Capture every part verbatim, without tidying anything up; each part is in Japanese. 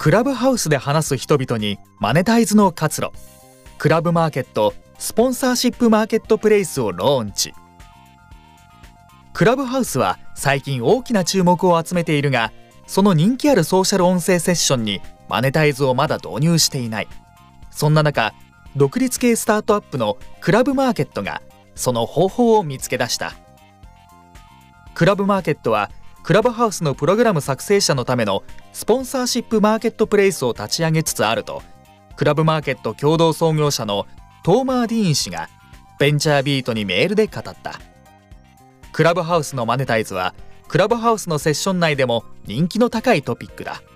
クラブハウスで話す人々にマネタイズの活路、クラブマーケットスポンサーシップマーケットプレイスをローンチ。クラブハウスは最近大きな注目を集めているが、その人気あるソーシャル音声セッションにマネタイズをまだ導入していない。そんな中、独立系スタートアップのクラブマーケットがその方法を見つけ出した。クラブマーケットはクラブハウスのプログラム作成者のためのスポンサーシップマーケットプレイスを立ち上げつつあると、クラブマーケット共同創業者のトーマー・ディーン氏がベンチャービートにメールで語った。クラブハウスのマネタイズはクラブハウスのセッション内でも人気の高いトピックだ。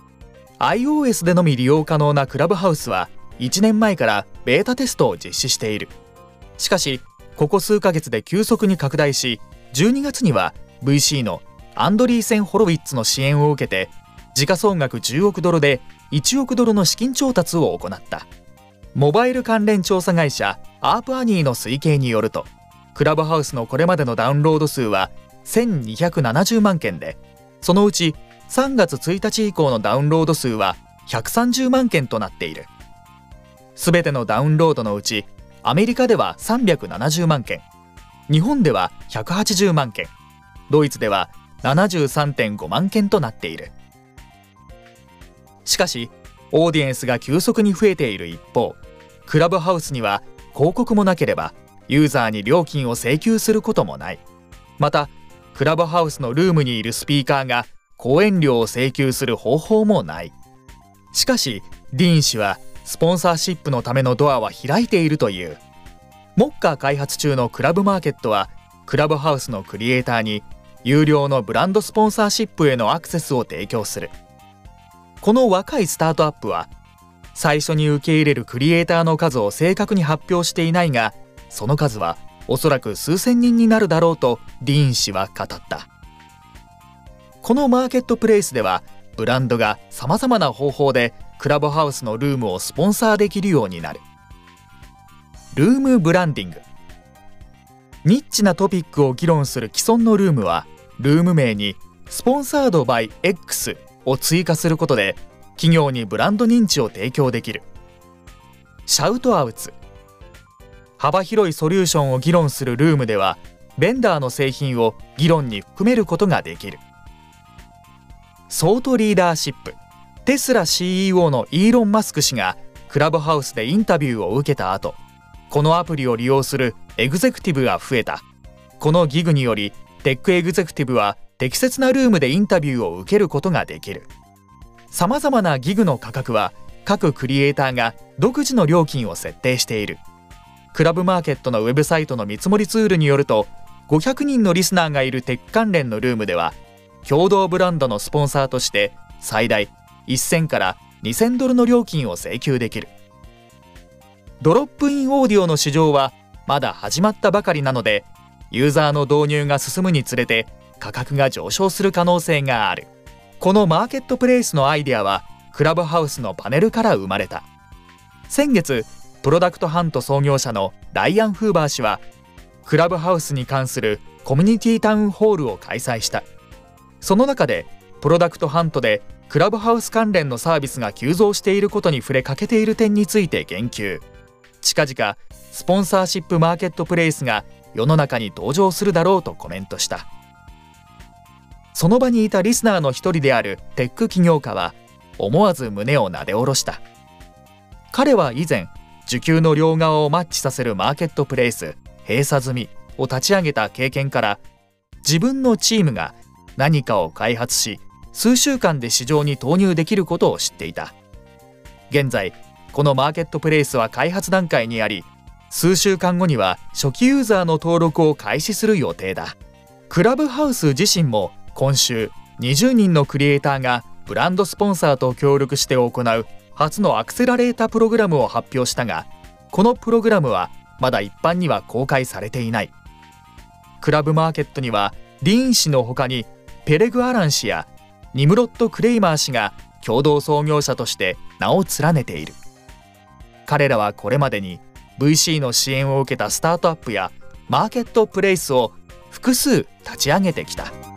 iOS でのみ利用可能なクラブハウスはいちねんまえからベータテストを実施している。しかしここ数ヶ月で急速に拡大し、じゅうにがつには ブイシー のアンドリーセン・ホロウィッツの支援を受けて時価総額じゅうおくドルでいちおくドルの資金調達を行った。モバイル関連調査会社アープアニーの推計によると、クラブハウスのこれまでのダウンロード数はせんにひゃくななじゅうまんけんで、そのうちさんがつついたち以降のダウンロード数はひゃくさんじゅうまんけんとなっている。すべてのダウンロードのうちアメリカではさんびゃくななじゅうまんけん、日本ではひゃくはちじゅうまんけん、ドイツでは ななじゅうさんてんごまんけんとなっている。しかしオーディエンスが急速に増えている一方、クラブハウスには広告もなければユーザーに料金を請求することもない。またクラブハウスのルームにいるスピーカーが講演料を請求する方法もない。しかしディーン氏はスポンサーシップのためのドアは開いているという。モッカー開発中のクラブマーケットはクラブハウスのクリエイターに有料のブランドスポンサーシップへのアクセスを提供する。この若いスタートアップは最初に受け入れるクリエイターの数を正確に発表していないが、その数はおそらく数千人になるだろうとディーン氏は語った。このマーケットプレイスではブランドがさまざまな方法でクラブハウスのルームをスポンサーできるようになる。ルームブランディング。ニッチなトピックを議論する既存のルームは、ルーム名にスポンサードバイ X を追加することで企業にブランド認知を提供できる。シャウトアウツ。幅広いソリューションを議論するルームではベンダーの製品を議論に含めることができる。ソートリーダーシップ。テスラ シーイーオー のイーロン・マスク氏がクラブハウスでインタビューを受けた後、このアプリを利用するエグゼクティブが増えた。このギグによりテックエグゼクティブは適切なルームでインタビューを受けることができる。さまざまなギグの価格は各クリエイターが独自の料金を設定している。クラブマーケットのウェブサイトの見積もりツールによると、ごひゃくにんのリスナーがいるテック関連のルームでは共同ブランドのスポンサーとして最大せんからにせんドルの料金を請求できる。ドロップインオーディオの市場はまだ始まったばかりなので、ユーザーの導入が進むにつれて価格が上昇する可能性がある。このマーケットプレイスのアイデアはクラブハウスのパネルから生まれた。先月プロダクトハント創業者のライアン・フーバー氏はクラブハウスに関するコミュニティタウンホールを開催した。その中でプロダクトハントでクラブハウス関連のサービスが急増していることに触れかけている点について言及。近々スポンサーシップマーケットプレイスが世の中に登場するだろうとコメントした。その場にいたリスナーの一人であるテック起業家は思わず胸をなで下ろした。彼は以前需給の両側をマッチさせるマーケットプレイス閉鎖済みを立ち上げた経験から、自分のチームが何かを開発し数週間で市場に投入できることを知っていた。現在このマーケットプレイスは開発段階にあり、数週間後には初期ユーザーの登録を開始する予定だ。クラブハウス自身も今週にじゅうにんのクリエイターがブランドスポンサーと協力して行う初のアクセラレータプログラムを発表したが、このプログラムはまだ一般には公開されていない。クラブマーケットにはディーン氏の他にペレグ・アラン氏やニムロッド・クレイマー氏が共同創業者として名を連ねている。彼らはこれまでに ブイシー の支援を受けたスタートアップやマーケットプレイスを複数立ち上げてきた。